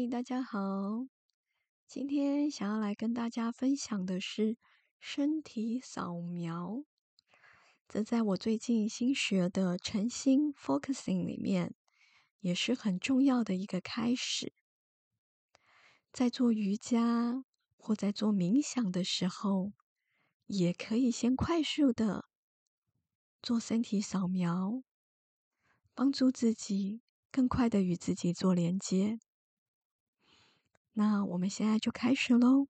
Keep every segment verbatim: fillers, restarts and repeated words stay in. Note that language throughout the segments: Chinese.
大家好，今天想要来跟大家分享的是身体扫描。这在我最近新学的晨星 focusing 里面，也是很重要的一个开始。在做瑜伽或在做冥想的时候，也可以先快速的做身体扫描，帮助自己更快的与自己做连接。那我们现在就开始喽。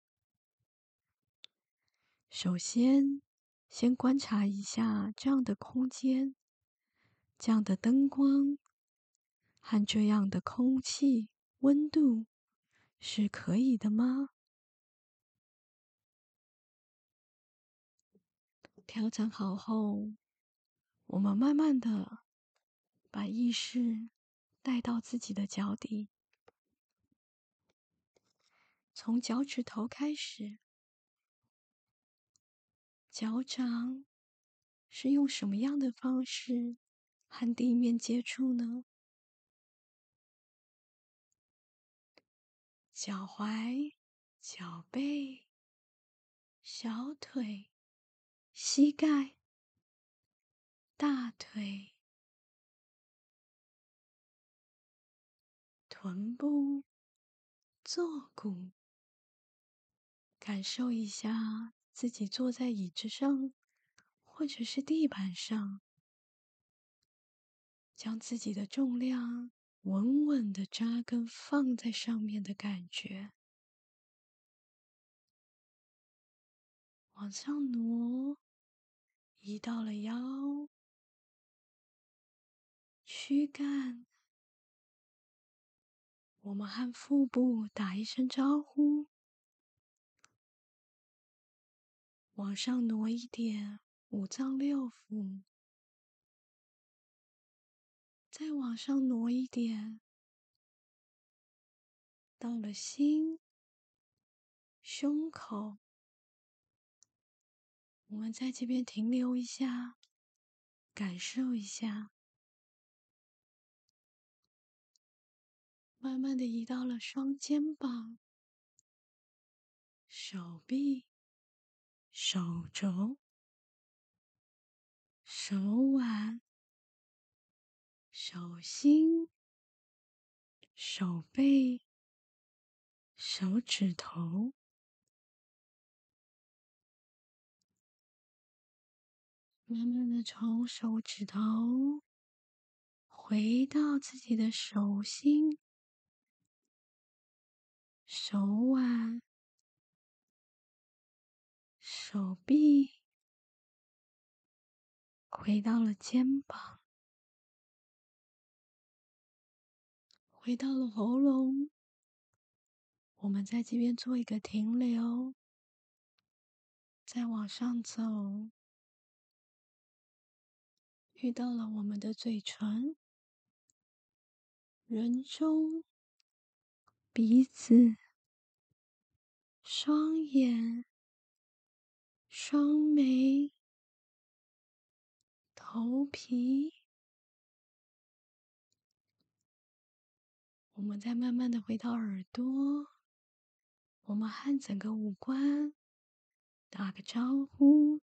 首先，先观察一下这样的空间、这样的灯光和这样的空气温度是可以的吗？调整好后，我们慢慢的把意识带到自己的脚底，从脚趾头开始，脚掌是用什么样的方式和地面接触呢？脚踝、脚背、小腿、膝盖、大腿、臀部、坐骨，感受一下自己坐在椅子上或者是地板上，将自己的重量稳稳的扎根放在上面的感觉。往上挪，移到了腰、躯干。我们和腹部打一声招呼，往上挪一点，五脏六腑。再往上挪一点，到了心、胸口。我们在这边停留一下，感受一下。慢慢的移到了双肩膀、手臂、手肘、手腕、手心、手背、手指头。慢慢的从手指头回到自己的手心、手腕、手臂，回到了肩膀，回到了喉咙。我们在这边做一个停留，再往上走，遇到了我们的嘴唇、人中、鼻子、双眼、双眉、头皮。我们再慢慢的回到耳朵，我们和整个五官打个招呼。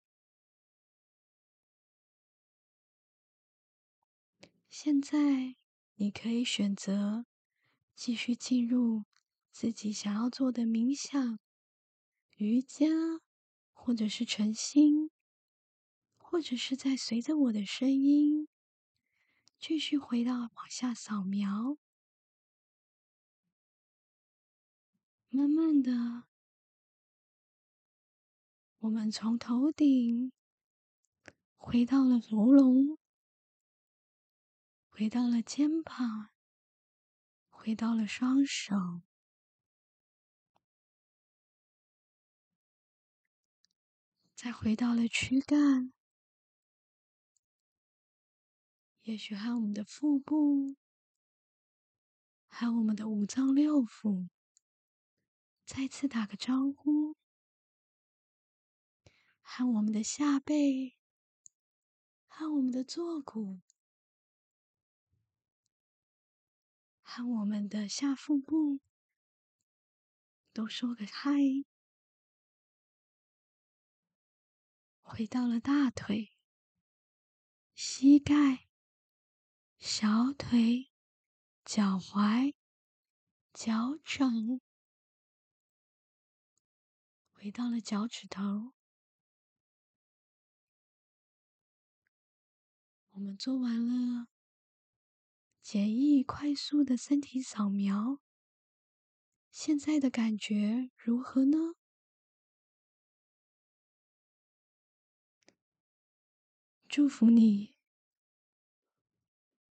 现在你可以选择继续进入自己想要做的冥想、瑜伽，或者是晨星，或者是在随着我的声音继续回到往下扫描。慢慢的，我们从头顶回到了喉咙，回到了肩膀，回到了双手，再回到了躯干，也许和我们的腹部，和我们的五脏六腑再次打个招呼，和我们的下背，和我们的坐骨， 和我们的下腹部都说个嗨，回到了大腿、膝盖、小腿、脚踝、脚掌，回到了脚趾头。我们做完了简易快速的身体扫描，现在的感觉如何呢？祝福你